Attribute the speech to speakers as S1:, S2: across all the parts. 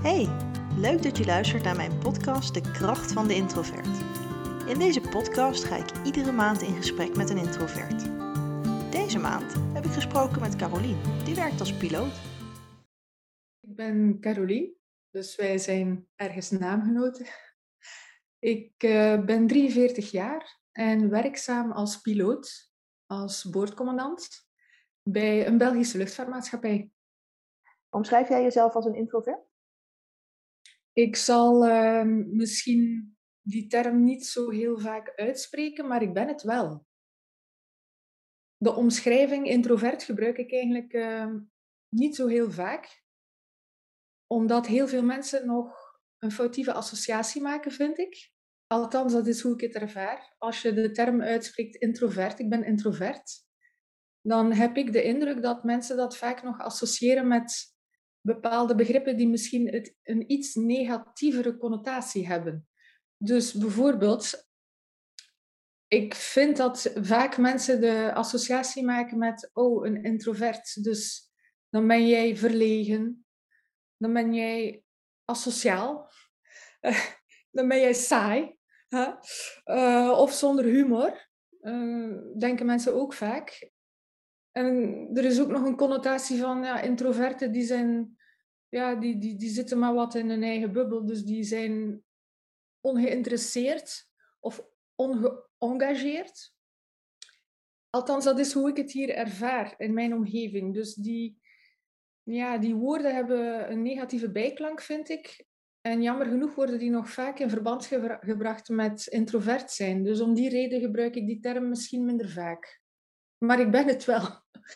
S1: Hey, leuk dat je luistert naar mijn podcast De Kracht van de Introvert. In deze podcast ga ik iedere maand in gesprek met een introvert. Deze maand heb ik gesproken met Carolien, die werkt als piloot.
S2: Ik ben Carolien, dus wij zijn ergens naamgenoten. Ik ben 43 jaar en werkzaam als piloot, als boordcommandant bij een Belgische luchtvaartmaatschappij.
S1: Omschrijf jij jezelf als een introvert?
S2: Ik zal misschien die term niet zo heel vaak uitspreken, maar ik ben het wel. De omschrijving introvert gebruik ik eigenlijk niet zo heel vaak, omdat heel veel mensen nog een foutieve associatie maken, vind ik. Althans, dat is hoe ik het ervaar. Als je de term uitspreekt introvert, ik ben introvert, dan heb ik de indruk dat mensen dat vaak nog associëren met bepaalde begrippen die misschien een iets negatievere connotatie hebben. Dus bijvoorbeeld, ik vind dat vaak mensen de associatie maken met, oh, een introvert, dus dan ben jij verlegen, dan ben jij asociaal, dan ben jij saai. Hè? Of zonder humor, denken mensen ook vaak. En er is ook nog een connotatie van ja, introverten, die zijn, ja, die zitten maar wat in hun eigen bubbel, dus die zijn ongeïnteresseerd of ongeëngageerd. Althans, dat is hoe ik het hier ervaar in mijn omgeving. Dus die woorden hebben een negatieve bijklank, vind ik. En jammer genoeg worden die nog vaak in verband gebracht met introvert zijn. Dus om die reden gebruik ik die term misschien minder vaak. Maar ik ben het wel.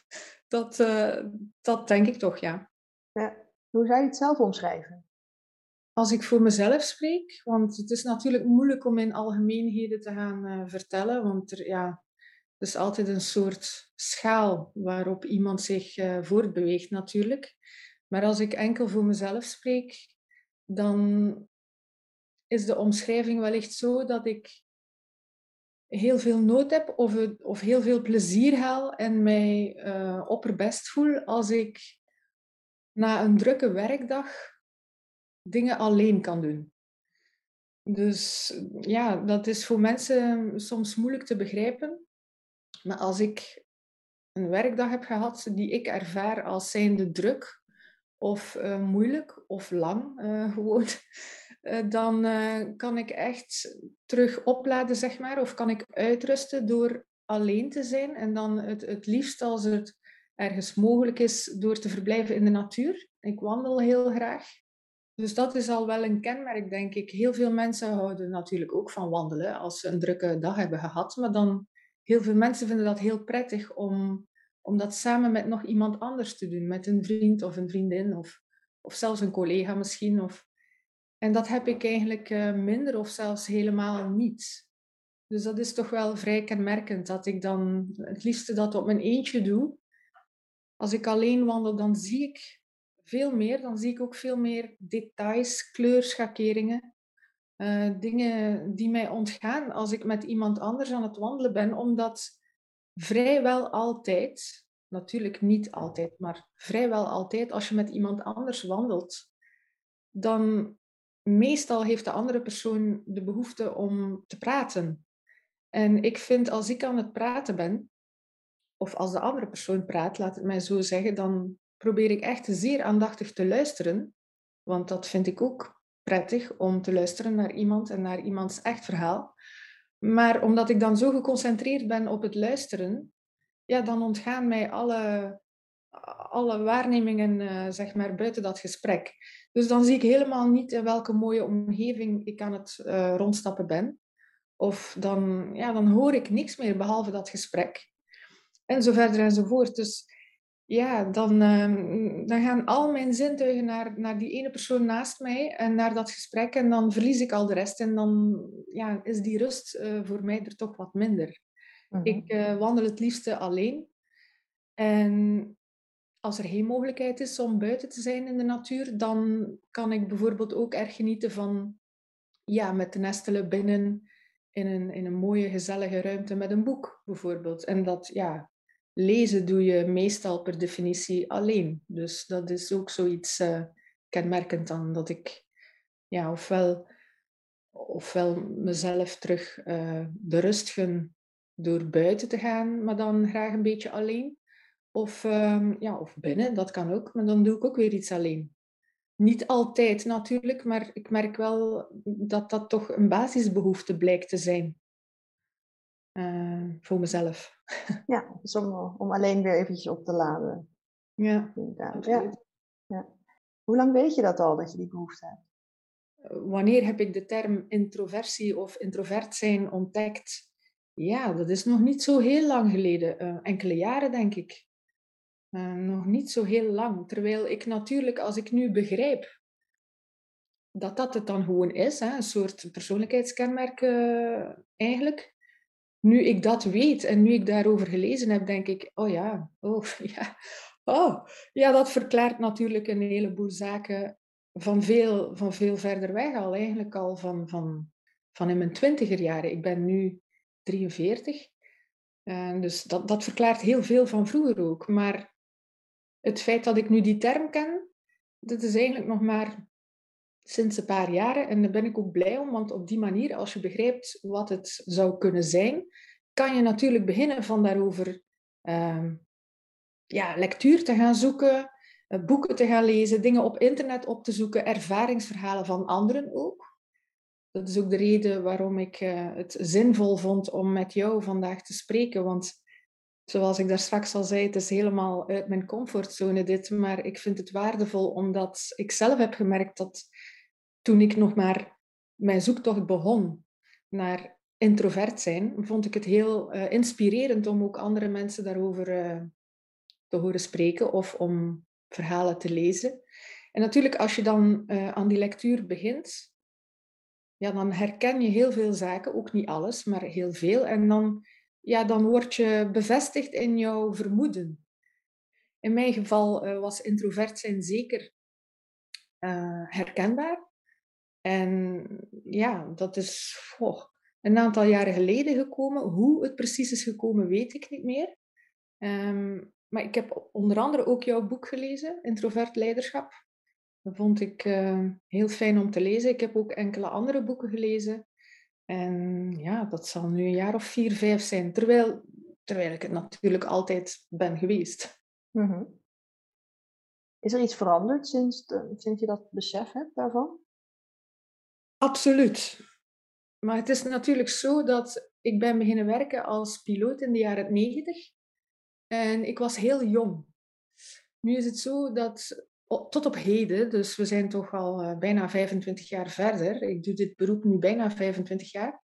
S2: Dat denk ik toch, ja.
S1: Ja. Hoe zou je het zelf omschrijven?
S2: Als ik voor mezelf spreek, want het is natuurlijk moeilijk om in algemeenheden te gaan vertellen, want er is altijd een soort schaal waarop iemand zich voortbeweegt natuurlijk. Maar als ik enkel voor mezelf spreek, dan is de omschrijving wellicht zo dat ik heel veel nood heb of heel veel plezier haal en mij opperbest voel als ik na een drukke werkdag dingen alleen kan doen. Dus ja, dat is voor mensen soms moeilijk te begrijpen. Maar als ik een werkdag heb gehad die ik ervaar als zijnde druk of moeilijk of lang gewoon, dan kan ik echt terug opladen, zeg maar, of kan ik uitrusten door alleen te zijn en dan het liefst als het ergens mogelijk is door te verblijven in de natuur. Ik wandel heel graag. Dus dat is al wel een kenmerk, denk ik. Heel veel mensen houden natuurlijk ook van wandelen als ze een drukke dag hebben gehad. Maar dan, heel veel mensen vinden dat heel prettig om dat samen met nog iemand anders te doen. Met een vriend of een vriendin of zelfs een collega misschien. En dat heb ik eigenlijk minder of zelfs helemaal niet. Dus dat is toch wel vrij kenmerkend dat ik dan het liefste dat op mijn eentje doe. Als ik alleen wandel, dan zie ik veel meer. Dan zie ik ook veel meer details, kleurschakeringen. Dingen die mij ontgaan als ik met iemand anders aan het wandelen ben, omdat vrijwel altijd, natuurlijk niet altijd, maar vrijwel altijd, als je met iemand anders wandelt, dan meestal heeft de andere persoon de behoefte om te praten. En ik vind als ik aan het praten ben, of als de andere persoon praat, laat het mij zo zeggen, dan probeer ik echt zeer aandachtig te luisteren. Want dat vind ik ook prettig om te luisteren naar iemand en naar iemands echt verhaal. Maar omdat ik dan zo geconcentreerd ben op het luisteren, ja, dan ontgaan mij alle waarnemingen, zeg maar, buiten dat gesprek. Dus dan zie ik helemaal niet in welke mooie omgeving ik aan het rondstappen ben. Of dan hoor ik niks meer behalve dat gesprek. En zo verder enzovoort. Dus ja, dan gaan al mijn zintuigen naar die ene persoon naast mij en naar dat gesprek. En dan verlies ik al de rest. En dan ja, is die rust voor mij er toch wat minder. Ik wandel het liefste alleen. En als er geen mogelijkheid is om buiten te zijn in de natuur, dan kan ik bijvoorbeeld ook erg genieten van ja, met te nestelen binnen in een mooie, gezellige ruimte met een boek, bijvoorbeeld. En dat, ja, lezen doe je meestal per definitie alleen. Dus dat is ook zoiets kenmerkend dan dat ik ofwel mezelf terug de rust gun door buiten te gaan, maar dan graag een beetje alleen. Of binnen, dat kan ook, maar dan doe ik ook weer iets alleen. Niet altijd natuurlijk, maar ik merk wel dat dat toch een basisbehoefte blijkt te zijn voor mezelf.
S1: Ja, dus om alleen weer eventjes op te laden.
S2: Ja,
S1: Inderdaad.
S2: absoluut.
S1: Ja. Hoe lang weet je dat al, dat je die behoefte hebt?
S2: Wanneer heb ik de term introversie of introvert zijn ontdekt? Ja, dat is nog niet zo heel lang geleden. Enkele jaren, denk ik. Nog niet zo heel lang. Terwijl ik natuurlijk, als ik nu begrijp dat dat het dan gewoon is, hè, een soort persoonlijkheidskenmerk eigenlijk. Nu ik dat weet en nu ik daarover gelezen heb, denk ik, ja, dat verklaart natuurlijk een heleboel zaken van veel verder weg al. Eigenlijk al van in mijn 20er jaren. Ik ben nu 43. Dus dat verklaart heel veel van vroeger ook. Maar het feit dat ik nu die term ken, dat is eigenlijk nog maar sinds een paar jaren. En daar ben ik ook blij om, want op die manier, als je begrijpt wat het zou kunnen zijn, kan je natuurlijk beginnen van daarover lectuur te gaan zoeken, boeken te gaan lezen, dingen op internet op te zoeken, ervaringsverhalen van anderen ook. Dat is ook de reden waarom ik het zinvol vond om met jou vandaag te spreken, want zoals ik daar straks al zei, het is helemaal uit mijn comfortzone dit, maar ik vind het waardevol omdat ik zelf heb gemerkt dat toen ik nog maar mijn zoektocht begon naar introvert zijn, vond ik het heel inspirerend om ook andere mensen daarover te horen spreken of om verhalen te lezen. En natuurlijk, als je dan aan die lectuur begint, ja, dan herken je heel veel zaken, ook niet alles, maar heel veel. En dan word je bevestigd in jouw vermoeden. In mijn geval was introvert zijn zeker herkenbaar. En ja, dat is een aantal jaren geleden gekomen. Hoe het precies is gekomen, weet ik niet meer. Maar ik heb onder andere ook jouw boek gelezen, Introvert Leiderschap. Dat vond ik heel fijn om te lezen. Ik heb ook enkele andere boeken gelezen. En ja, dat zal nu een jaar of 4, 5 zijn. Terwijl ik het natuurlijk altijd ben geweest.
S1: Mm-hmm. Is er iets veranderd sinds je dat besef hebt daarvan?
S2: Absoluut. Maar het is natuurlijk zo dat ik ben beginnen werken als piloot in de jaren 90. En ik was heel jong. Nu is het zo dat tot op heden, dus we zijn toch al bijna 25 jaar verder. Ik doe dit beroep nu bijna 25 jaar.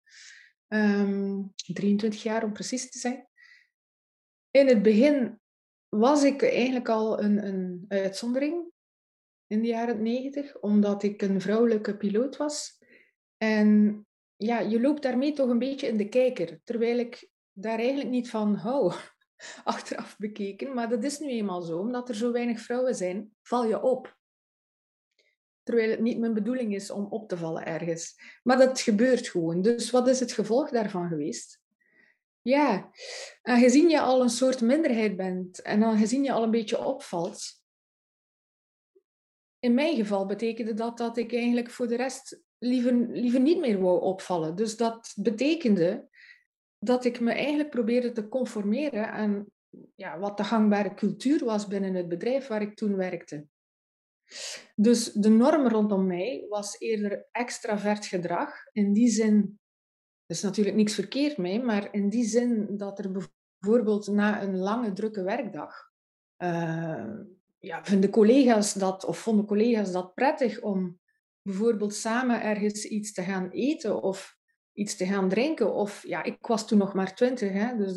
S2: 23 jaar om precies te zijn. In het begin was ik eigenlijk al een uitzondering in de jaren 90, omdat ik een vrouwelijke piloot was. En ja, je loopt daarmee toch een beetje in de kijker, terwijl ik daar eigenlijk niet van hou, achteraf bekeken. Maar dat is nu eenmaal zo, omdat er zo weinig vrouwen zijn, val je op. Terwijl het niet mijn bedoeling is om op te vallen ergens. Maar dat gebeurt gewoon. Dus wat is het gevolg daarvan geweest? Ja, aangezien je al een soort minderheid bent en aangezien je al een beetje opvalt, in mijn geval betekende dat ik eigenlijk voor de rest liever niet meer wou opvallen. Dus dat betekende dat ik me eigenlijk probeerde te conformeren aan wat de gangbare cultuur was binnen het bedrijf waar ik toen werkte. Dus de norm rondom mij was eerder extravert gedrag. In die zin, er is natuurlijk niks verkeerd mee, maar in die zin dat er bijvoorbeeld na een lange, drukke werkdag vonden collega's dat prettig om bijvoorbeeld samen ergens iets te gaan eten of iets te gaan drinken. Of ja, ik was toen nog maar 20, hè, dus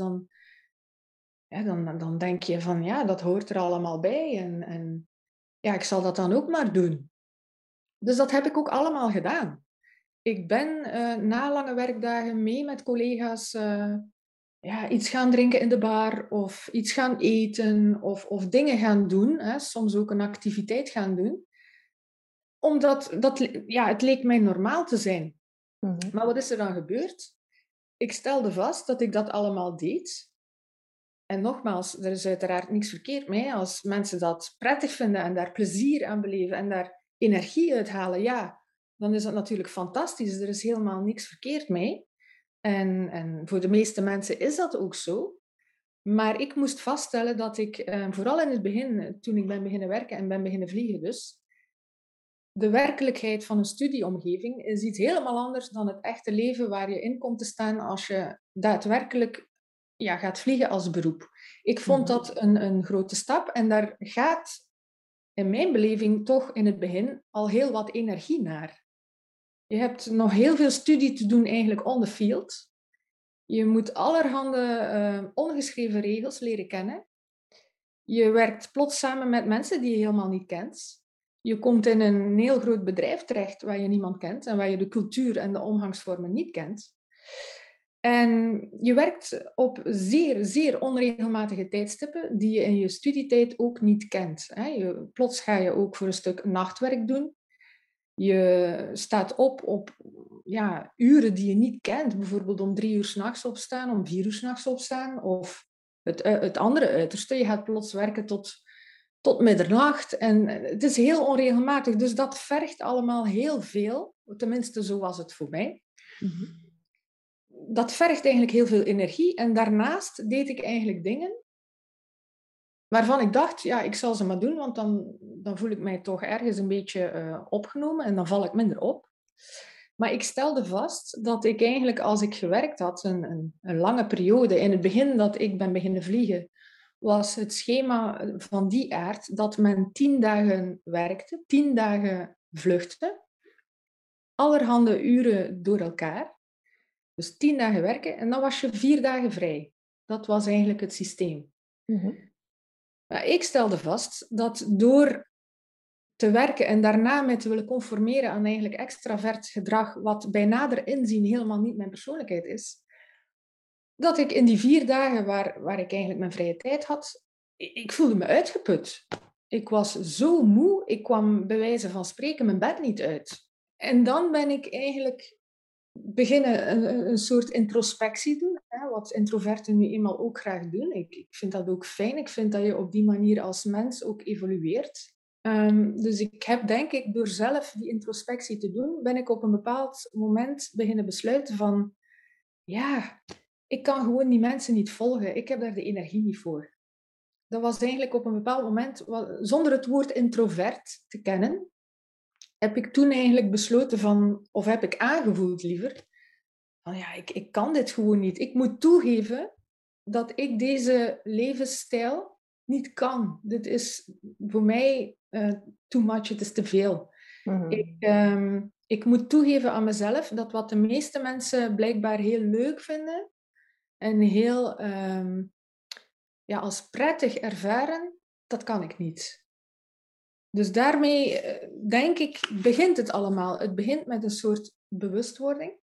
S2: dan denk je van ja, dat hoort er allemaal bij. En ja, ik zal dat dan ook maar doen. Dus dat heb ik ook allemaal gedaan. Ik ben na lange werkdagen mee met collega's iets gaan drinken in de bar of iets gaan eten of dingen gaan doen. Hè, soms ook een activiteit gaan doen. Omdat het leek mij normaal te zijn.
S1: Mm-hmm.
S2: Maar wat is er dan gebeurd? Ik stelde vast dat ik dat allemaal deed. En nogmaals, er is uiteraard niks verkeerd mee als mensen dat prettig vinden en daar plezier aan beleven en daar energie uithalen, ja, dan is dat natuurlijk fantastisch. Er is helemaal niks verkeerd mee. En voor de meeste mensen is dat ook zo. Maar ik moest vaststellen dat ik, vooral in het begin, toen ik ben beginnen werken en ben beginnen vliegen dus, de werkelijkheid van een studieomgeving is iets helemaal anders dan het echte leven waar je in komt te staan als je daadwerkelijk gaat vliegen als beroep. Ik vond dat een grote stap en daar gaat in mijn beleving toch in het begin al heel wat energie naar. Je hebt nog heel veel studie te doen eigenlijk on the field. Je moet allerhande ongeschreven regels leren kennen. Je werkt plots samen met mensen die je helemaal niet kent. Je komt in een heel groot bedrijf terecht waar je niemand kent en waar je de cultuur en de omgangsvormen niet kent. En je werkt op zeer, zeer onregelmatige tijdstippen die je in je studietijd ook niet kent. Plots ga je ook voor een stuk nachtwerk doen. Je staat op uren die je niet kent. Bijvoorbeeld om 3 uur 's nachts opstaan, om 4 uur 's nachts opstaan. Of het andere uiterste, je gaat plots werken tot middernacht. En het is heel onregelmatig. Dus dat vergt allemaal heel veel. Tenminste, zo was het voor mij. Dat vergt eigenlijk heel veel energie. En daarnaast deed ik eigenlijk dingen waarvan ik dacht, ja, ik zal ze maar doen, want dan voel ik mij toch ergens een beetje opgenomen en dan val ik minder op. Maar ik stelde vast dat ik eigenlijk, als ik gewerkt had, een lange periode, in het begin dat ik ben beginnen vliegen, was het schema van die aard dat men 10 dagen werkte, 10 dagen vluchtte, allerhande uren door elkaar. Dus 10 dagen werken en dan was je 4 dagen vrij. Dat was eigenlijk het systeem. Maar ik stelde vast dat door te werken en daarna mij te willen conformeren aan eigenlijk extravert gedrag, wat bij nader inzien helemaal niet mijn persoonlijkheid is, dat ik in die 4 dagen waar ik eigenlijk mijn vrije tijd had, ik voelde me uitgeput. Ik was zo moe, ik kwam bij wijze van spreken mijn bed niet uit. En dan ben ik eigenlijk beginnen een soort introspectie doen, wat introverten nu eenmaal ook graag doen. Ik vind dat ook fijn. Ik vind dat je op die manier als mens ook evolueert. Dus ik heb, denk ik, door zelf die introspectie te doen, ben ik op een bepaald moment beginnen besluiten van, ja, ik kan gewoon die mensen niet volgen. Ik heb daar de energie niet voor. Dat was eigenlijk op een bepaald moment, zonder het woord introvert te kennen, heb ik toen eigenlijk besloten van, of heb ik aangevoeld liever, van ja, ik kan dit gewoon niet. Ik moet toegeven dat ik deze levensstijl niet kan. Dit is voor mij too much, het is te veel. Ik moet toegeven aan mezelf dat wat de meeste mensen blijkbaar heel leuk vinden en heel als prettig ervaren, dat kan ik niet. Dus daarmee, denk ik, begint het allemaal. Het begint met een soort bewustwording.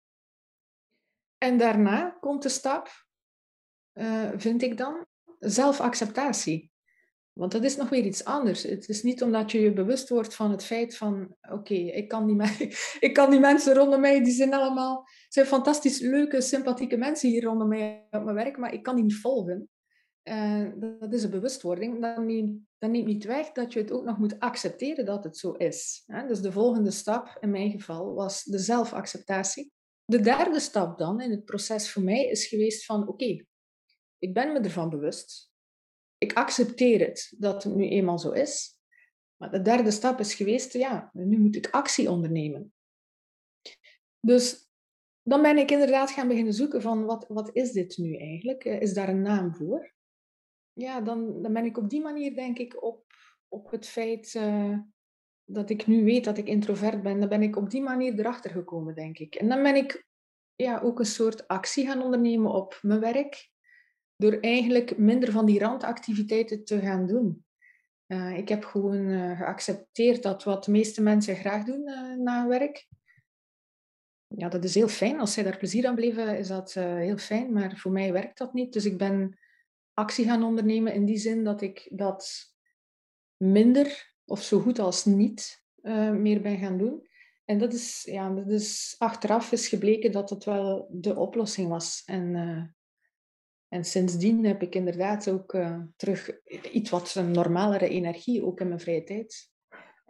S2: En daarna komt de stap, vind ik dan, zelfacceptatie. Want dat is nog weer iets anders. Het is niet omdat je je bewust wordt van het feit van, oké, ik kan die mensen rondom mij, die zijn fantastisch leuke, sympathieke mensen hier rondom mij op mijn werk, maar ik kan die niet volgen. Dat is een bewustwording. Dat neemt niet weg dat je het ook nog moet accepteren dat het zo is. Dus de volgende stap, in mijn geval, was de zelfacceptatie. De derde stap dan in het proces voor mij is geweest van, oké, ik ben me ervan bewust. Ik accepteer het dat het nu eenmaal zo is. Maar de derde stap is geweest, ja, nu moet ik actie ondernemen. Dus dan ben ik inderdaad gaan beginnen zoeken van, wat is dit nu eigenlijk? Is daar een naam voor? Ja, dan ben ik op die manier, denk ik, op het feit dat ik nu weet dat ik introvert ben, dan ben ik op die manier erachter gekomen, denk ik. En dan ben ik ook een soort actie gaan ondernemen op mijn werk, door eigenlijk minder van die randactiviteiten te gaan doen. Ik heb gewoon geaccepteerd dat wat de meeste mensen graag doen na werk. Ja, dat is heel fijn. Als zij daar plezier aan beleven, is dat heel fijn. Maar voor mij werkt dat niet. Dus ik ben actie gaan ondernemen in die zin dat ik dat minder of zo goed als niet meer ben gaan doen. En dat is achteraf is gebleken dat het wel de oplossing was. En sindsdien heb ik inderdaad ook terug iets wat een normalere energie, ook in mijn vrije tijd.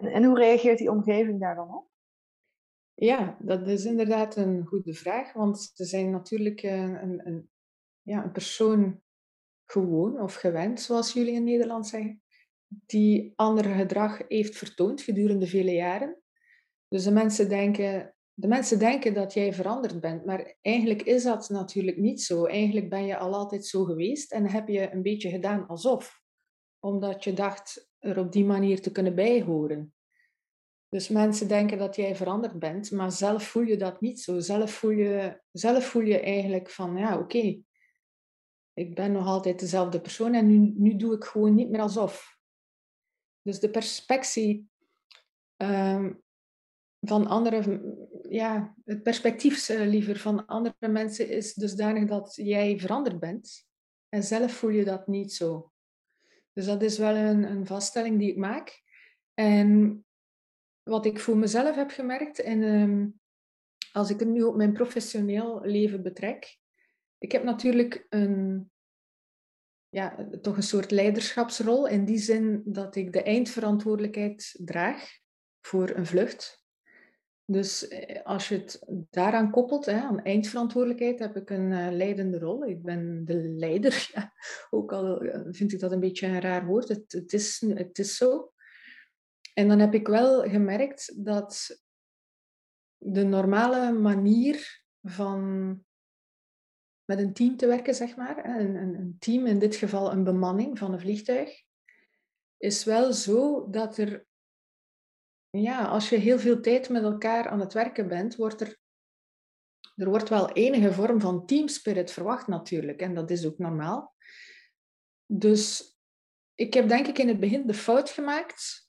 S1: En hoe reageert die omgeving daar dan op?
S2: Ja, dat is inderdaad een goede vraag, want ze zijn natuurlijk een persoon gewoon of gewend, zoals jullie in Nederland zeggen, die ander gedrag heeft vertoond gedurende vele jaren. Dus de mensen denken dat jij veranderd bent, maar eigenlijk is dat natuurlijk niet zo. Eigenlijk ben je al altijd zo geweest en heb je een beetje gedaan alsof, omdat je dacht er op die manier te kunnen bijhoren. Dus mensen denken dat jij veranderd bent, maar zelf voel je dat niet zo. Zelf voel je eigenlijk van, ja, oké, ik ben nog altijd dezelfde persoon en nu doe ik gewoon niet meer alsof. Dus de perspectie ehm, van andere, ja, het perspectief liever van andere mensen is dusdanig dat jij veranderd bent. En zelf voel je dat niet zo. Dus dat is wel een vaststelling die ik maak. En wat ik voor mezelf heb gemerkt, en als ik het nu op mijn professioneel leven betrek, ik heb natuurlijk toch een soort leiderschapsrol in die zin dat ik de eindverantwoordelijkheid draag voor een vlucht. Dus als je het daaraan koppelt, aan eindverantwoordelijkheid, heb ik een leidende rol. Ik ben de leider. Ja. Ook al vind ik dat een beetje een raar woord. Het is zo. En dan heb ik wel gemerkt dat de normale manier van met een team te werken, zeg maar, een team, in dit geval een bemanning van een vliegtuig, is wel zo dat als je heel veel tijd met elkaar aan het werken bent, er wordt wel enige vorm van teamspirit verwacht natuurlijk. En dat is ook normaal. Dus ik heb denk ik in het begin de fout gemaakt.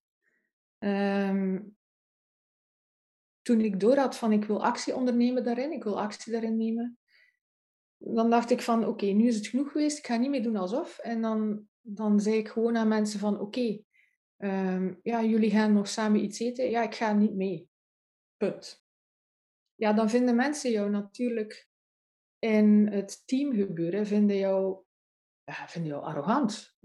S2: Toen ik doorhad van ik wil actie ondernemen daarin. Ik wil actie daarin nemen. Dan dacht ik van oké, nu is het genoeg geweest. Ik ga niet meer doen alsof. En dan zei ik gewoon aan mensen van oké, jullie gaan nog samen iets eten. Ja, ik ga niet mee. Punt. Ja, dan vinden mensen jou natuurlijk in het teamgebeuren vinden jou arrogant.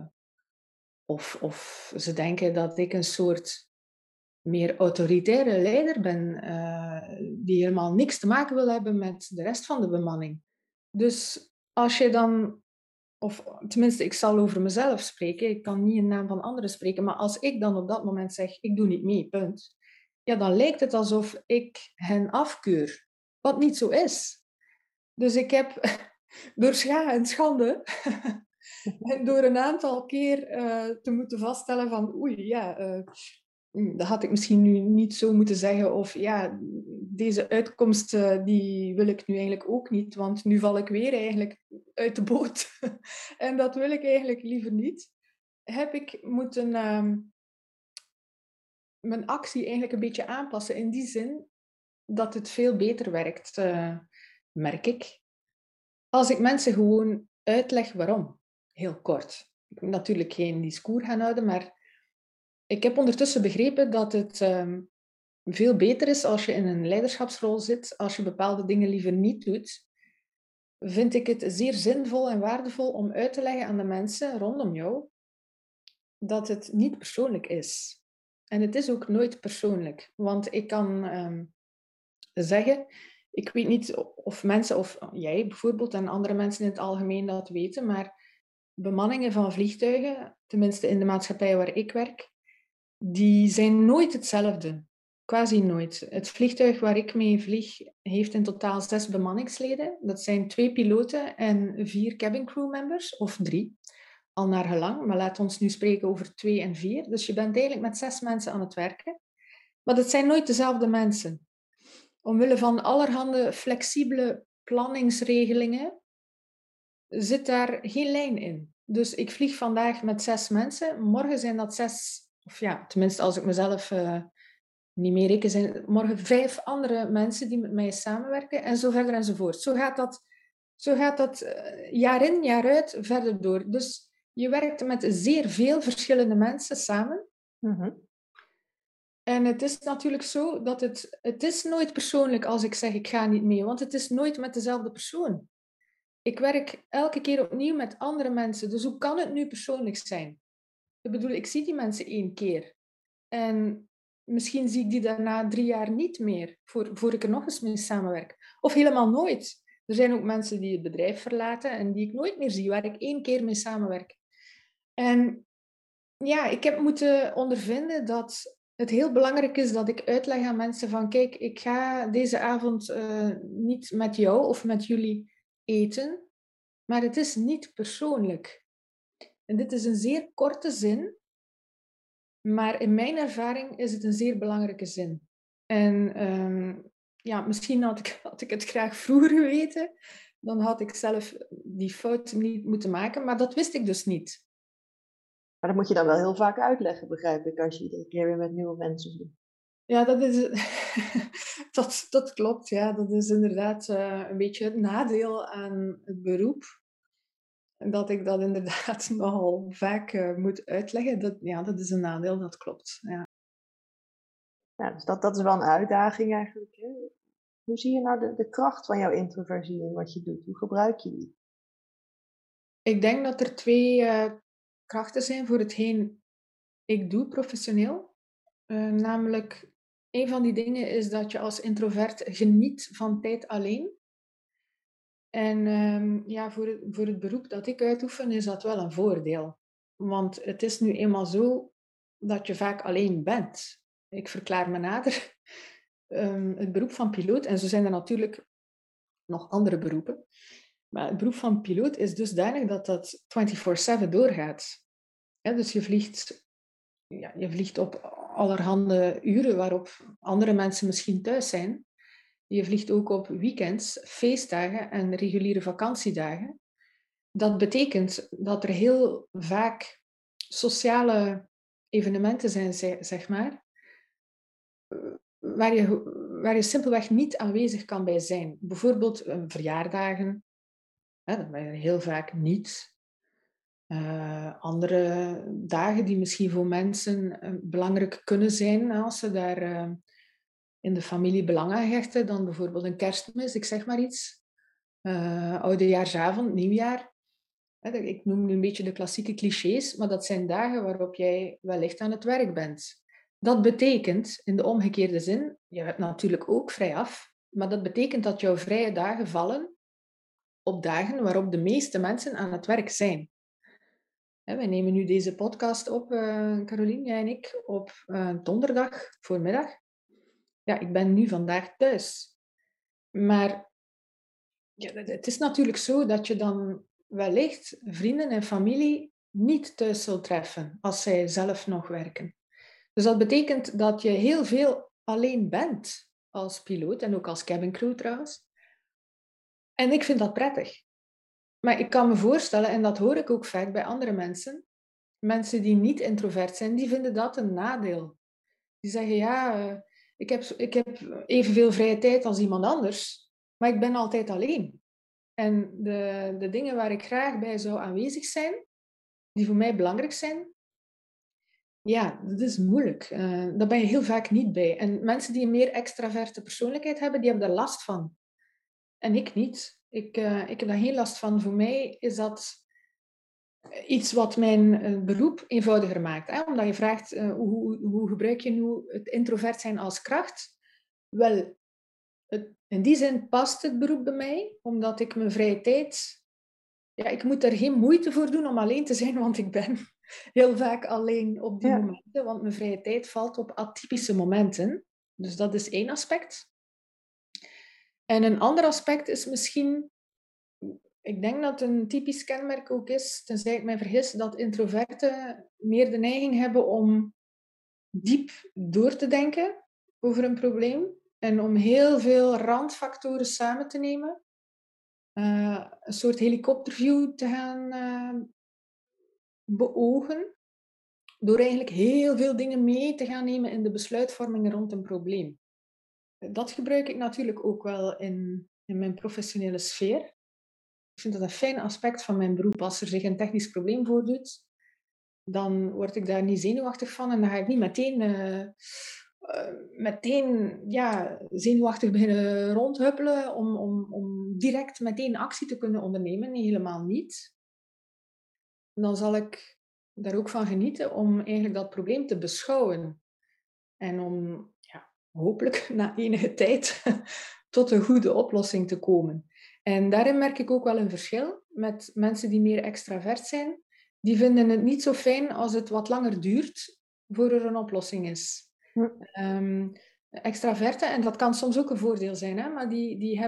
S2: Of ze denken dat ik een soort meer autoritaire leider ben, die helemaal niks te maken wil hebben met de rest van de bemanning. Dus als je dan, of tenminste, ik zal over mezelf spreken, ik kan niet in naam van anderen spreken, maar als ik dan op dat moment zeg, ik doe niet mee, punt. Ja, dan lijkt het alsof ik hen afkeur, wat niet zo is. Dus ik heb door scha en schande en door een aantal keer te moeten vaststellen van oei, ja, dat had ik misschien nu niet zo moeten zeggen. Of ja, deze uitkomst die wil ik nu eigenlijk ook niet, want nu val ik weer eigenlijk uit de boot. En dat wil ik eigenlijk liever niet. Heb ik moeten mijn actie eigenlijk een beetje aanpassen in die zin dat het veel beter werkt, merk ik. Als ik mensen gewoon uitleg waarom, heel kort. Ik moet natuurlijk geen discours gaan houden, maar ik heb ondertussen begrepen dat het veel beter is als je in een leiderschapsrol zit, als je bepaalde dingen liever niet doet. Vind ik het zeer zinvol en waardevol om uit te leggen aan de mensen rondom jou dat het niet persoonlijk is. En het is ook nooit persoonlijk, want ik kan zeggen, ik weet niet of mensen, of jij bijvoorbeeld en andere mensen in het algemeen dat weten, maar bemanningen van vliegtuigen, tenminste in de maatschappij waar ik werk, die zijn nooit hetzelfde. Quasi nooit. Het vliegtuig waar ik mee vlieg heeft in totaal 6 bemanningsleden. Dat zijn 2 piloten en 4 cabin crew members, of 3, al naar gelang. Maar laat ons nu spreken over 2 en 4. Dus je bent eigenlijk met 6 mensen aan het werken. Maar dat zijn nooit dezelfde mensen. Omwille van allerhande flexibele planningsregelingen zit daar geen lijn in. Dus ik vlieg vandaag met 6 mensen. Morgen zijn dat 6, of ja, tenminste als ik mezelf niet meer reken, zijn morgen 5 andere mensen die met mij samenwerken en zo verder enzovoort. Zo gaat dat jaar in, jaar uit verder door. Dus je werkt met zeer veel verschillende mensen samen. En het is natuurlijk zo dat het is nooit persoonlijk als ik zeg ik ga niet mee, want het is nooit met dezelfde persoon. Ik werk elke keer opnieuw met andere mensen, dus hoe kan het nu persoonlijk zijn? Ik bedoel, ik zie die mensen 1 keer. En misschien zie ik die daarna 3 jaar niet meer, voor ik er nog eens mee samenwerk. Of helemaal nooit. Er zijn ook mensen die het bedrijf verlaten en die ik nooit meer zie, waar ik 1 keer mee samenwerk. En ja, ik heb moeten ondervinden dat het heel belangrijk is dat ik uitleg aan mensen van kijk, ik ga deze avond niet met jou of met jullie eten, maar het is niet persoonlijk. En dit is een zeer korte zin, maar in mijn ervaring is het een zeer belangrijke zin. En ja, misschien had ik het graag vroeger geweten, dan had ik zelf die fout niet moeten maken, maar dat wist ik dus niet.
S1: Maar dat moet je dan wel heel vaak uitleggen, begrijp ik, als je iedere keer weer met nieuwe mensen doet.
S2: Ja, dat is, dat klopt. Ja, dat is inderdaad een beetje het nadeel aan het beroep. Dat ik dat inderdaad nogal vaak moet uitleggen. Ja, dat is een nadeel, dat klopt. Ja.
S1: Ja, dus dat is wel een uitdaging eigenlijk. Hè? Hoe zie je nou de kracht van jouw introversie in wat je doet? Hoe gebruik je die?
S2: Ik denk dat er 2 krachten zijn voor hetgeen ik doe professioneel. Namelijk, een van die dingen is dat je als introvert geniet van tijd alleen. En ja, voor het beroep dat ik uitoefen is dat wel een voordeel. Want het is nu eenmaal zo dat je vaak alleen bent. Ik verklaar me nader. Het beroep van piloot, en zo zijn er natuurlijk nog andere beroepen, maar het beroep van piloot is dusdanig dat dat 24/7 doorgaat. Ja, dus je vliegt op allerhande uren waarop andere mensen misschien thuis zijn. Je vliegt ook op weekends, feestdagen en reguliere vakantiedagen. Dat betekent dat er heel vaak sociale evenementen zijn, zeg maar, waar je simpelweg niet aanwezig kan bij zijn. Bijvoorbeeld verjaardagen, hè, dat ben je heel vaak niet. Andere dagen die misschien voor mensen belangrijk kunnen zijn als ze daar in de familie belang aan hechten, dan bijvoorbeeld een kerstmis, ik zeg maar iets. Oudejaarsavond, nieuwjaar. Ik noem nu een beetje de klassieke clichés, maar dat zijn dagen waarop jij wellicht aan het werk bent. Dat betekent, in de omgekeerde zin, je hebt natuurlijk ook vrij af, maar dat betekent dat jouw vrije dagen vallen op dagen waarop de meeste mensen aan het werk zijn. Wij nemen nu deze podcast op, Carolien, jij en ik, op donderdag voormiddag. Ja, ik ben nu vandaag thuis. Maar ja, het is natuurlijk zo dat je dan wellicht vrienden en familie niet thuis zult treffen als zij zelf nog werken. Dus dat betekent dat je heel veel alleen bent als piloot en ook als cabincrew trouwens. En ik vind dat prettig. Maar ik kan me voorstellen, en dat hoor ik ook vaak bij andere mensen, mensen die niet introvert zijn, die vinden dat een nadeel. Die zeggen, ja, ik heb evenveel vrije tijd als iemand anders, maar ik ben altijd alleen. En de dingen waar ik graag bij zou aanwezig zijn, die voor mij belangrijk zijn, ja, dat is moeilijk. Daar ben je heel vaak niet bij. En mensen die een meer extraverte persoonlijkheid hebben, die hebben daar last van. En ik niet. Ik heb daar geen last van. Voor mij is dat iets wat mijn beroep eenvoudiger maakt. Hè? Omdat je vraagt, hoe gebruik je nu het introvert zijn als kracht? Wel, in die zin past het beroep bij mij, omdat ik mijn vrije tijd... Ja, ik moet er geen moeite voor doen om alleen te zijn, want ik ben heel vaak alleen op die
S1: Ja.
S2: momenten, want mijn vrije tijd valt op atypische momenten. Dus dat is één aspect. En een ander aspect is misschien, ik denk dat een typisch kenmerk ook is, tenzij ik mij vergis, dat introverten meer de neiging hebben om diep door te denken over een probleem en om heel veel randfactoren samen te nemen. Een soort helikopterview te gaan beogen, door eigenlijk heel veel dingen mee te gaan nemen in de besluitvorming rond een probleem. Dat gebruik ik natuurlijk ook wel in mijn professionele sfeer. Ik vind dat een fijn aspect van mijn beroep. Als er zich een technisch probleem voordoet, dan word ik daar niet zenuwachtig van en dan ga ik niet meteen zenuwachtig beginnen rondhuppelen om direct meteen actie te kunnen ondernemen. Nee, helemaal niet. Dan zal ik daar ook van genieten om eigenlijk dat probleem te beschouwen. En om hopelijk na enige tijd tot een goede oplossing te komen. En daarin merk ik ook wel een verschil met mensen die meer extravert zijn. Die vinden het niet zo fijn als het wat langer duurt voor er een oplossing is.
S3: Hm.
S2: Extraverten, en dat kan soms ook een voordeel zijn, hè, maar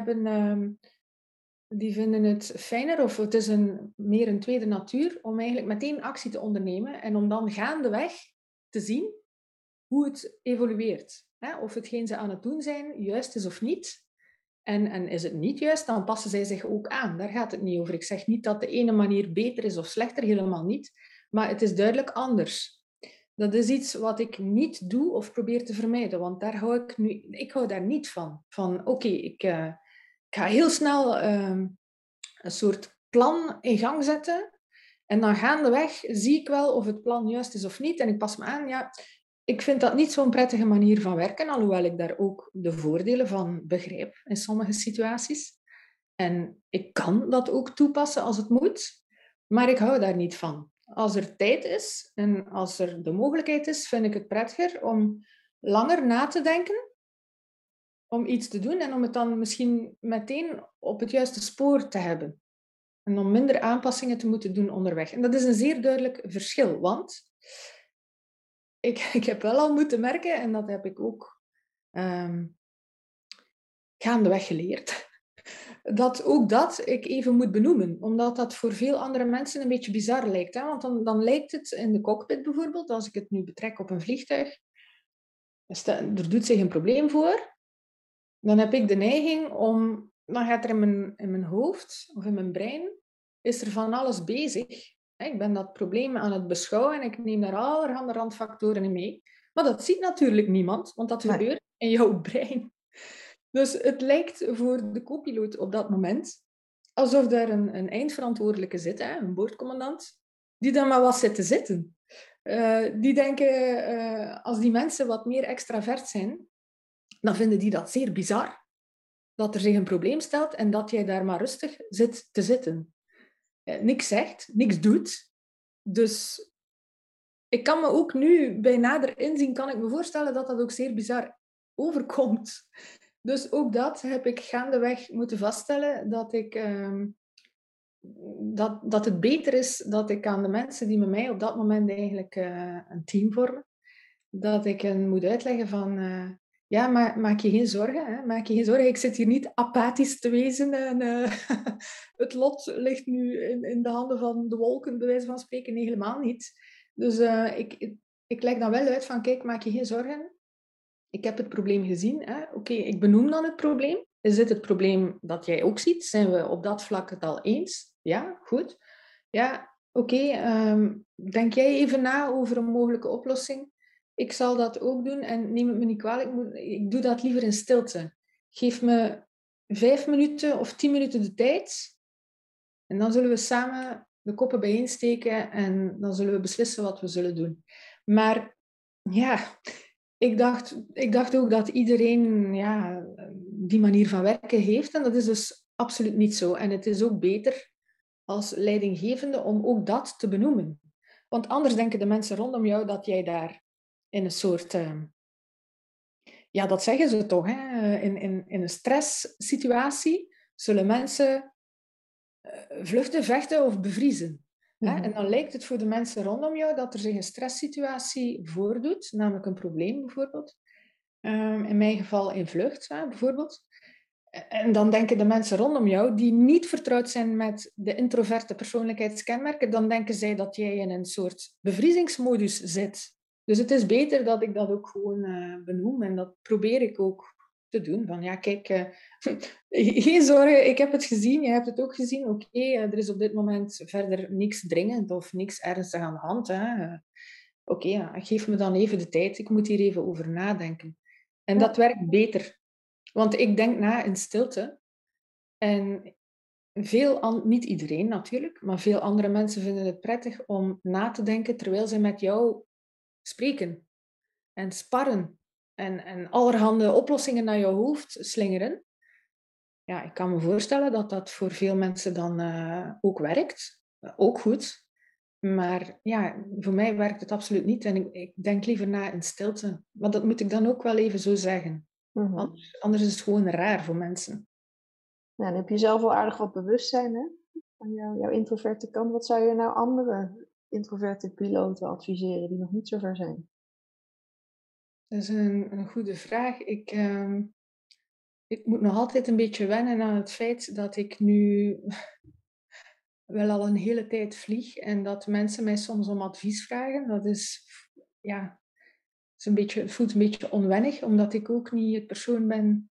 S2: die vinden het fijner, of het is meer een tweede natuur, om eigenlijk meteen actie te ondernemen en om dan gaandeweg te zien hoe het evolueert. Hè? Of hetgeen ze aan het doen zijn juist is of niet. En is het niet juist, dan passen zij zich ook aan. Daar gaat het niet over. Ik zeg niet dat de ene manier beter is of slechter, helemaal niet. Maar het is duidelijk anders. Dat is iets wat ik niet doe of probeer te vermijden. Want ik hou daar niet van. Van oké, ik ga heel snel een soort plan in gang zetten. En dan gaandeweg zie ik wel of het plan juist is of niet. En ik pas me aan. Ja, ik vind dat niet zo'n prettige manier van werken. Alhoewel ik daar ook de voordelen van begrijp in sommige situaties. En ik kan dat ook toepassen als het moet. Maar ik hou daar niet van. Als er tijd is en als er de mogelijkheid is, vind ik het prettiger om langer na te denken om iets te doen en om het dan misschien meteen op het juiste spoor te hebben. En om minder aanpassingen te moeten doen onderweg. En dat is een zeer duidelijk verschil, want ik heb wel al moeten merken, en dat heb ik ook gaandeweg geleerd, dat ook dat ik even moet benoemen. Omdat dat voor veel andere mensen een beetje bizar lijkt. Hè? Want dan lijkt het in de cockpit bijvoorbeeld, als ik het nu betrek op een vliegtuig, er doet zich een probleem voor, dan heb ik de neiging om, dan gaat er in mijn hoofd of in mijn brein, is er van alles bezig. Ik ben dat probleem aan het beschouwen en ik neem daar allerhande randfactoren in mee. Maar dat ziet natuurlijk niemand, want dat gebeurt in jouw brein. Dus het lijkt voor de co-piloot op dat moment alsof daar een eindverantwoordelijke zit, een boordcommandant, die dan maar wat zit te zitten. Die denken, als die mensen wat meer extravert zijn, dan vinden die dat zeer bizar. Dat er zich een probleem stelt en dat jij daar maar rustig zit te zitten. Niks zegt, niks doet. Dus ik kan me ook nu, bij nader inzien, kan ik me voorstellen dat dat ook zeer bizar overkomt. Dus ook dat heb ik gaandeweg moeten vaststellen, dat het beter is dat ik aan de mensen die met mij op dat moment eigenlijk een team vormen, dat ik hen moet uitleggen van... ja, maar maak je geen zorgen. Hè? Maak je geen zorgen. Ik zit hier niet apathisch te wezen. En, het lot ligt nu in de handen van de wolken, bij wijze van spreken. Nee, helemaal niet. Dus ik leg dan wel uit van, kijk, maak je geen zorgen. Ik heb het probleem gezien. Oké, ik benoem dan het probleem. Is dit het probleem dat jij ook ziet? Zijn we op dat vlak het al eens? Ja, goed. Ja, oké. Denk jij even na over een mogelijke oplossing? Ik zal dat ook doen en neem het me niet kwalijk. Ik doe dat liever in stilte. Geef me 5 minuten of 10 minuten de tijd. En dan zullen we samen de koppen bijeensteken en dan zullen we beslissen wat we zullen doen. Maar ja, ik dacht ook dat iedereen die manier van werken heeft. En dat is dus absoluut niet zo. En het is ook beter als leidinggevende om ook dat te benoemen. Want anders denken de mensen rondom jou dat jij daar in een soort... dat zeggen ze toch. Hè? In een stresssituatie zullen mensen vluchten, vechten of bevriezen. Mm-hmm. En dan lijkt het voor de mensen rondom jou dat er zich een stresssituatie voordoet, namelijk een probleem bijvoorbeeld. In mijn geval in vlucht, bijvoorbeeld. En dan denken de mensen rondom jou, die niet vertrouwd zijn met de introverte persoonlijkheidskenmerken, dan denken zij dat jij in een soort bevriezingsmodus zit. Dus het is beter dat ik dat ook gewoon benoem. En dat probeer ik ook te doen. Van ja, kijk, geen zorgen, ik heb het gezien, jij hebt het ook gezien. Oké, er is op dit moment verder niks dringend of niks ernstig aan de hand. Oké, geef me dan even de tijd. Ik moet hier even over nadenken. En dat werkt beter. Want ik denk na in stilte. En niet iedereen natuurlijk, maar veel andere mensen vinden het prettig om na te denken terwijl ze met jou spreken en sparren en allerhande oplossingen naar jouw hoofd slingeren. Ja, ik kan me voorstellen dat dat voor veel mensen dan ook werkt. Ook goed. Maar ja, voor mij werkt het absoluut niet. En ik denk liever na in stilte. Maar dat moet ik dan ook wel even zo zeggen.
S3: Mhm.
S2: Anders is het gewoon raar voor mensen.
S3: Nou, dan heb je zelf wel aardig wat bewustzijn, hè? Van jouw introverte kant. Wat zou je nou andere introverte piloten adviseren die nog niet zo ver zijn?
S2: Dat is een goede vraag. Ik moet nog altijd een beetje wennen aan het feit dat ik nu wel al een hele tijd vlieg en dat mensen mij soms om advies vragen. Dat is, ja, het voelt een beetje onwennig, omdat ik ook niet het persoon ben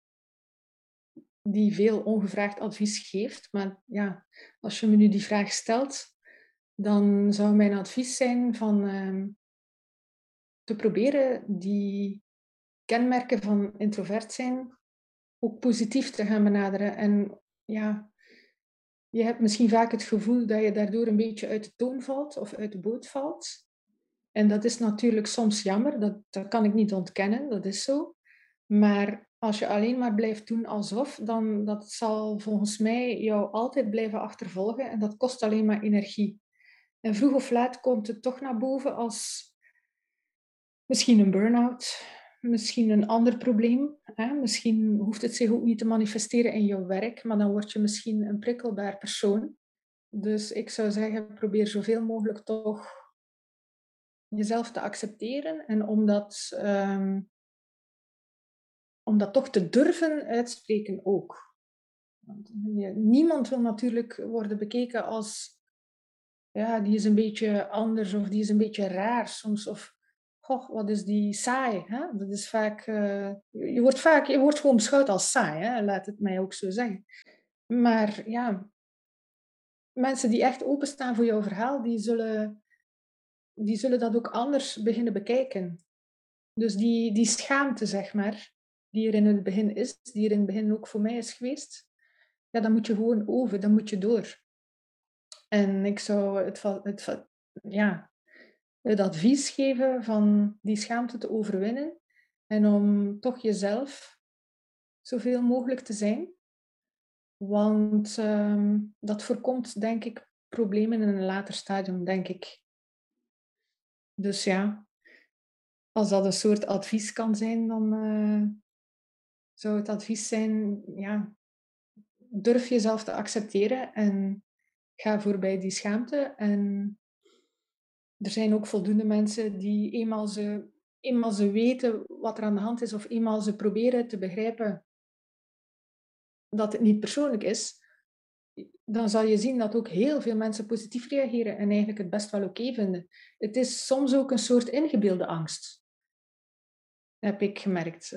S2: die veel ongevraagd advies geeft. Maar ja, als je me nu die vraag stelt, dan zou mijn advies zijn van te proberen die kenmerken van introvert zijn ook positief te gaan benaderen. En ja, je hebt misschien vaak het gevoel dat je daardoor een beetje uit de toon valt of uit de boot valt. En dat is natuurlijk soms jammer, dat kan ik niet ontkennen, dat is zo. Maar als je alleen maar blijft doen alsof, dan dat zal volgens mij jou altijd blijven achtervolgen en dat kost alleen maar energie. En vroeg of laat komt het toch naar boven als misschien een burn-out, misschien een ander probleem. Hè? Misschien hoeft het zich ook niet te manifesteren in jouw werk, maar dan word je misschien een prikkelbaar persoon. Dus ik zou zeggen, probeer zoveel mogelijk toch jezelf te accepteren en om dat toch te durven uitspreken ook. Want niemand wil natuurlijk worden bekeken als, ja, die is een beetje anders of die is een beetje raar soms. Of, goh, wat is die saai. Hè? Dat is vaak, je wordt gewoon beschouwd als saai, hè? Laat het mij ook zo zeggen. Maar ja, mensen die echt openstaan voor jouw verhaal, die zullen dat ook anders beginnen bekijken. Dus die schaamte, zeg maar, die er in het begin is, die er in het begin ook voor mij is geweest, ja, dan moet je gewoon over, dan moet je door. En ik zou ja, het advies geven van die schaamte te overwinnen en om toch jezelf zoveel mogelijk te zijn. Want dat voorkomt, denk ik, problemen in een later stadium, denk ik. Dus ja, als dat een soort advies kan zijn, dan zou het advies zijn, ja, durf jezelf te accepteren en ga voorbij die schaamte. En er zijn ook voldoende mensen die eenmaal ze weten wat er aan de hand is of eenmaal ze proberen te begrijpen dat het niet persoonlijk is, dan zal je zien dat ook heel veel mensen positief reageren en eigenlijk het best wel oké vinden. Het is soms ook een soort ingebeelde angst, heb ik gemerkt.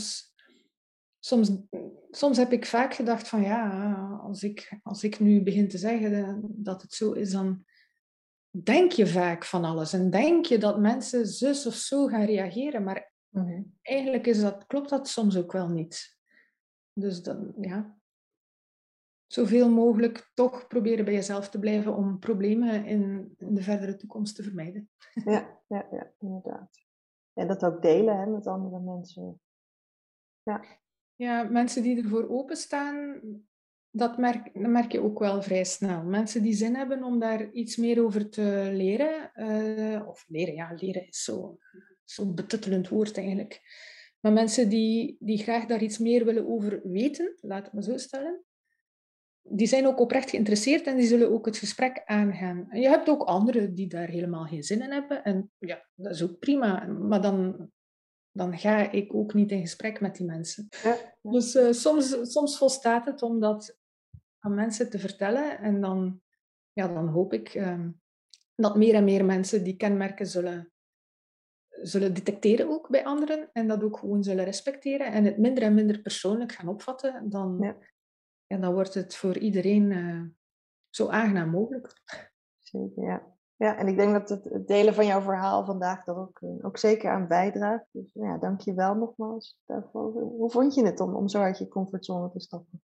S2: Soms heb ik vaak gedacht van ja, als ik nu begin te zeggen dat het zo is, dan denk je vaak van alles. En denk je dat mensen zus of zo gaan reageren. Maar eigenlijk klopt dat soms ook wel niet. Dus dan, ja, zoveel mogelijk toch proberen bij jezelf te blijven om problemen in de verdere toekomst te vermijden.
S3: Ja, inderdaad. En dat ook delen, hè, met andere mensen. Ja.
S2: Ja, mensen die ervoor openstaan, dat merk je ook wel vrij snel. Mensen die zin hebben om daar iets meer over te leren. Of leren, ja, leren is zo'n betuttelend woord eigenlijk. Maar mensen die graag daar iets meer willen over weten, laat het me zo stellen, die zijn ook oprecht geïnteresseerd en die zullen ook het gesprek aangaan. En je hebt ook anderen die daar helemaal geen zin in hebben. En ja, dat is ook prima. Maar dan ga ik ook niet in gesprek met die mensen.
S3: Ja.
S2: Dus soms volstaat het om dat aan mensen te vertellen. En dan hoop ik dat meer en meer mensen die kenmerken zullen detecteren ook bij anderen. En dat ook gewoon zullen respecteren. En het minder en minder persoonlijk gaan opvatten. Dan wordt het voor iedereen zo aangenaam mogelijk.
S3: Zeker, ja. Ja, en ik denk dat het delen van jouw verhaal vandaag daar ook zeker aan bijdraagt. Dus ja, dank je wel nogmaals daarvoor. Hoe vond je het om zo uit je comfortzone te stappen?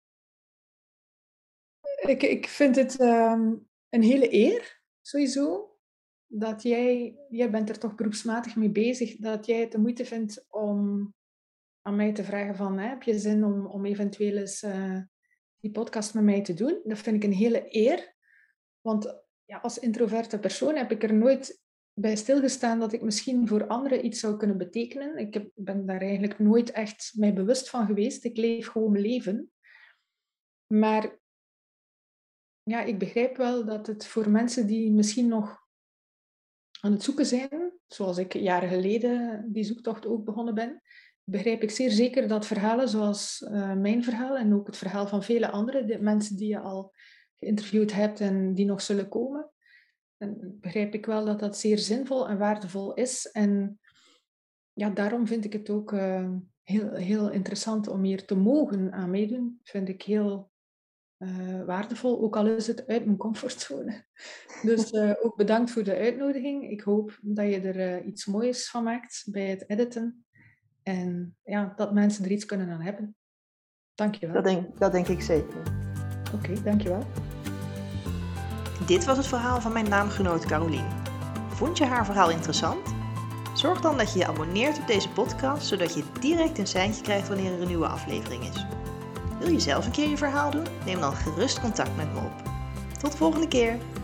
S2: Ik vind het een hele eer, sowieso. Dat jij bent er toch beroepsmatig mee bezig, dat jij het de moeite vindt om aan mij te vragen van, heb je zin om eventueel eens die podcast met mij te doen? Dat vind ik een hele eer. Want als introverte persoon heb ik er nooit bij stilgestaan dat ik misschien voor anderen iets zou kunnen betekenen. Ik ben daar eigenlijk nooit echt mij bewust van geweest. Ik leef gewoon mijn leven. Maar ja, ik begrijp wel dat het voor mensen die misschien nog aan het zoeken zijn, zoals ik jaren geleden die zoektocht ook begonnen ben, begrijp ik zeer zeker dat verhalen zoals mijn verhaal en ook het verhaal van vele andere de mensen die je al geïnterviewd hebt en die nog zullen komen, dan begrijp ik wel dat dat zeer zinvol en waardevol is. En ja, daarom vind ik het ook heel, heel interessant om hier te mogen aan meedoen. Vind ik heel waardevol, ook al is het uit mijn comfortzone. Dus ook bedankt voor de uitnodiging. Ik hoop dat je er iets moois van maakt bij het editen. En ja, dat mensen er iets kunnen aan hebben. Dankjewel.
S3: Dat denk ik zeker.
S2: Oké, dankjewel.
S1: Dit was het verhaal van mijn naamgenoot Carolien. Vond je haar verhaal interessant? Zorg dan dat je je abonneert op deze podcast, zodat je direct een seintje krijgt wanneer er een nieuwe aflevering is. Wil je zelf een keer je verhaal doen? Neem dan gerust contact met me op. Tot de volgende keer!